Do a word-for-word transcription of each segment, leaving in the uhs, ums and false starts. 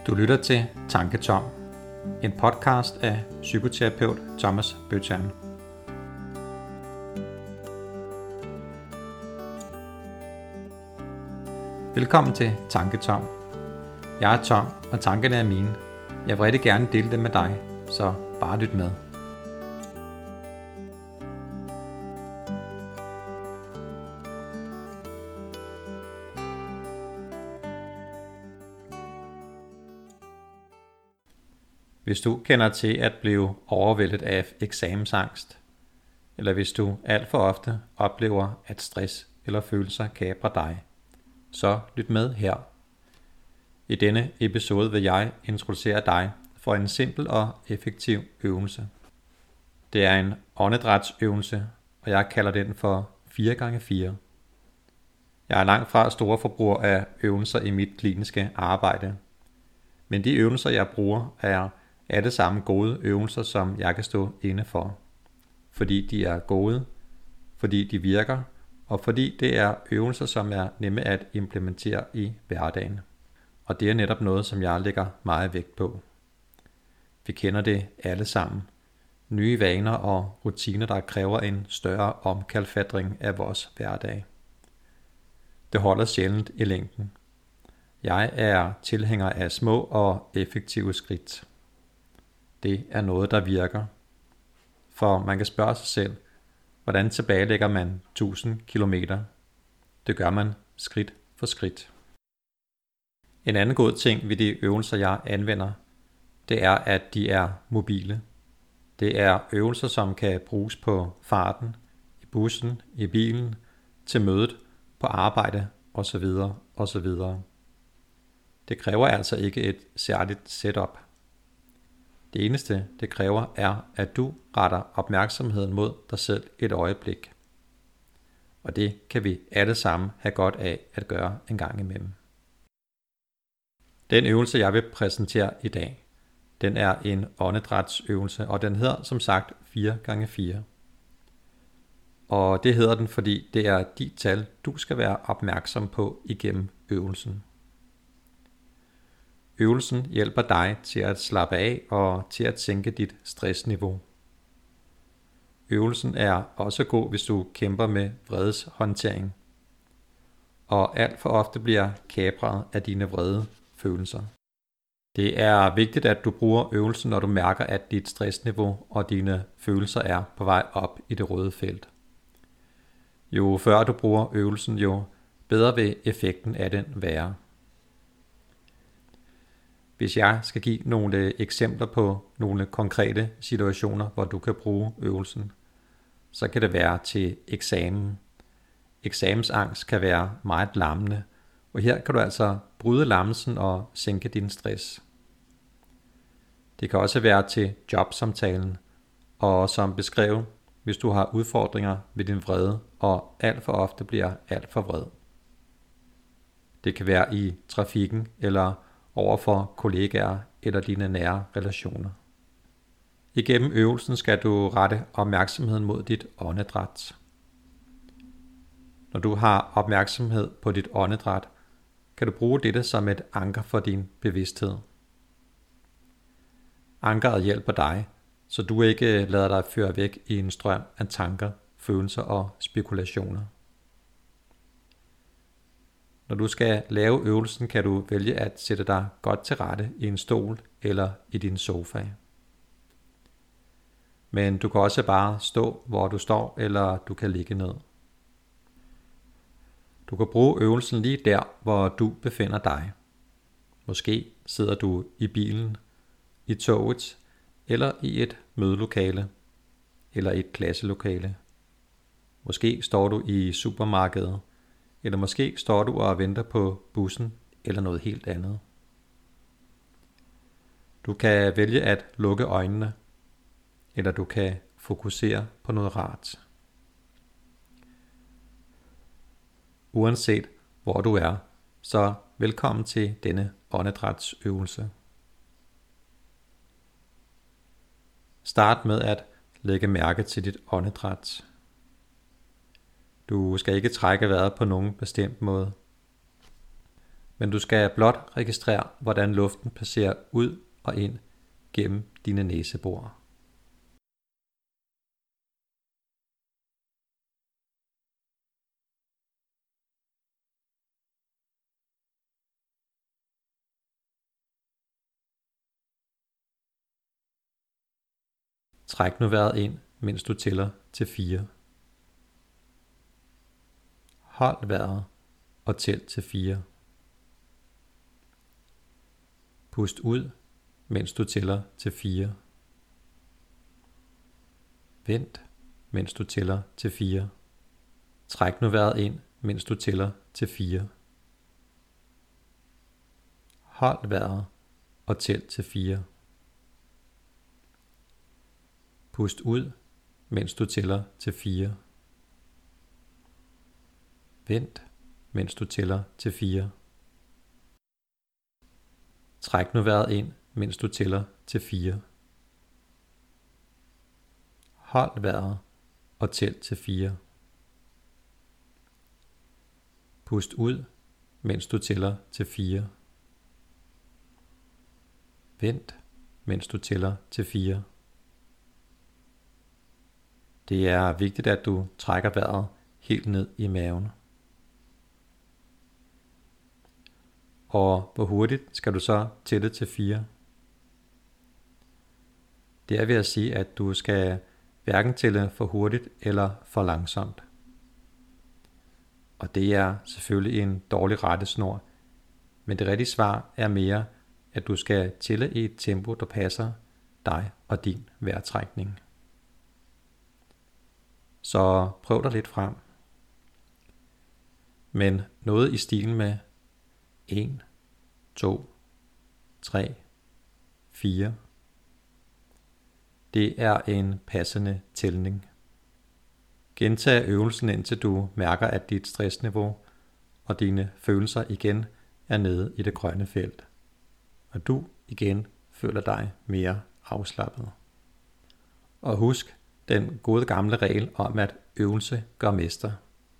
Du lytter til Tanketom, en podcast af psykoterapeut Thomas Bøtjern. Velkommen til Tanketom. Jeg er Tom, og tankerne er mine. Jeg vil rigtig gerne dele dem med dig, så bare lyt med. Hvis du kender til at blive overvældet af eksamensangst, eller hvis du alt for ofte oplever, at stress eller følelser kaprer dig, så lyt med her. I denne episode vil jeg introducere dig for en simpel og effektiv øvelse. Det er en åndedrætsøvelse, og jeg kalder den for fire gange fire. Jeg er langt fra store forbruger af øvelser i mit kliniske arbejde, men de øvelser jeg bruger er alle sammen gode øvelser, som jeg kan stå inde for. Fordi de er gode, fordi de virker, og fordi det er øvelser, som er nemme at implementere i hverdagen. Og det er netop noget, som jeg lægger meget vægt på. Vi kender det alle sammen. Nye vaner og rutiner, der kræver en større omkalfatring af vores hverdag. Det holder sjældent i længden. Jeg er tilhænger af små og effektive skridt. Det er noget, der virker. For man kan spørge sig selv, hvordan tilbagelægger man tusind kilometer? Det gør man skridt for skridt. En anden god ting ved de øvelser, jeg anvender, det er, at de er mobile. Det er øvelser, som kan bruges på farten, i bussen, i bilen, til mødet, på arbejde osv. osv. Det kræver altså ikke et særligt setup. Det eneste, det kræver, er, at du retter opmærksomheden mod dig selv et øjeblik. Og det kan vi alle sammen have godt af at gøre en gang imellem. Den øvelse, jeg vil præsentere i dag, den er en åndedrætsøvelse, og den hedder som sagt fire gange fire. Og det hedder den, fordi det er de tal, du skal være opmærksom på igennem øvelsen. Øvelsen hjælper dig til at slappe af og til at sænke dit stressniveau. Øvelsen er også god, hvis du kæmper med vredeshåndtering, og alt for ofte bliver kapret af dine vrede følelser. Det er vigtigt, at du bruger øvelsen, når du mærker, at dit stressniveau og dine følelser er på vej op i det røde felt. Jo før du bruger øvelsen, jo bedre vil effekten af den være. Hvis jeg skal give nogle eksempler på nogle konkrete situationer, hvor du kan bruge øvelsen, så kan det være til eksamen. Eksamensangst kan være meget lammende, og her kan du altså bryde lammelsen og sænke din stress. Det kan også være til jobsamtalen, og som beskrevet, hvis du har udfordringer med din vrede, og alt for ofte bliver alt for vred. Det kan være i trafikken, eller over for kollegaer eller dine nære relationer. Igennem øvelsen skal du rette opmærksomheden mod dit åndedræt. Når du har opmærksomhed på dit åndedræt, kan du bruge dette som et anker for din bevidsthed. Ankeret hjælper dig, så du ikke lader dig føre væk i en strøm af tanker, følelser og spekulationer. Når du skal lave øvelsen, kan du vælge at sætte dig godt til rette i en stol eller i din sofa. Men du kan også bare stå, hvor du står, eller du kan ligge ned. Du kan bruge øvelsen lige der, hvor du befinder dig. Måske sidder du i bilen, i toget, eller i et mødelokale, eller i et klasselokale. Måske står du i supermarkedet, eller måske står du og venter på bussen eller noget helt andet. Du kan vælge at lukke øjnene, eller du kan fokusere på noget rart. Uanset hvor du er, så velkommen til denne åndedrætsøvelse. Start med at lægge mærke til dit åndedræt. Du skal ikke trække vejret på nogen bestemt måde. men du skal blot registrere, hvordan luften passerer ud og ind gennem dine næsebor. Træk nu vejret ind, mens du tæller til fire. Hold vejret og tæl til fire. Pust ud, mens du tæller til fire. Vent, mens du tæller til fire. Træk nu vejret ind, mens du tæller til fire. Hold vejret og tæl til fire. Pust ud, mens du tæller til fire. Vent, mens du tæller til fire. Træk nu vejret ind, mens du tæller til fire. Hold vejret og tæl til fire. Pust ud, mens du tæller til fire. Vent, mens du tæller til fire. Det er vigtigt, at du trækker vejret helt ned i maven. Og hvor hurtigt skal du så tælle til fire? Det er ved at sige, at du skal hverken tælle for hurtigt eller for langsomt. Og det er selvfølgelig en dårlig rettesnor, men det rigtige svar er mere, at du skal tælle i et tempo, der passer dig og din vejrtrækning. Så prøv dig lidt frem. Men noget i stilen med en, to, tre, fire. Det er en passende tælling. Gentag øvelsen, indtil du mærker, at dit stressniveau og dine følelser igen er nede i det grønne felt, og du igen føler dig mere afslappet. Og husk den gode gamle regel om, at øvelse gør mester.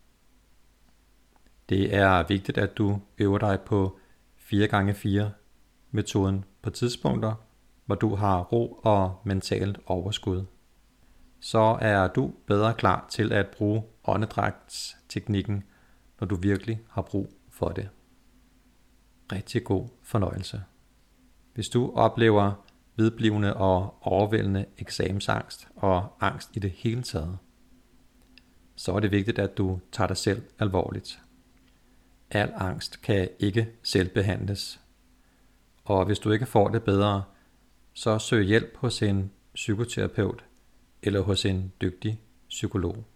Det er vigtigt, at du øver dig på fire gange fire metoden på tidspunkter, hvor du har ro og mentalt overskud. Så er du bedre klar til at bruge åndedrætsteknikken, når du virkelig har brug for det. Rigtig god fornøjelse. Hvis du oplever vedblivende og overvældende eksamensangst og angst i det hele taget, så er det vigtigt, at du tager dig selv alvorligt. Al angst kan ikke selvbehandles, og hvis du ikke får det bedre, så søg hjælp hos en psykoterapeut eller hos en dygtig psykolog.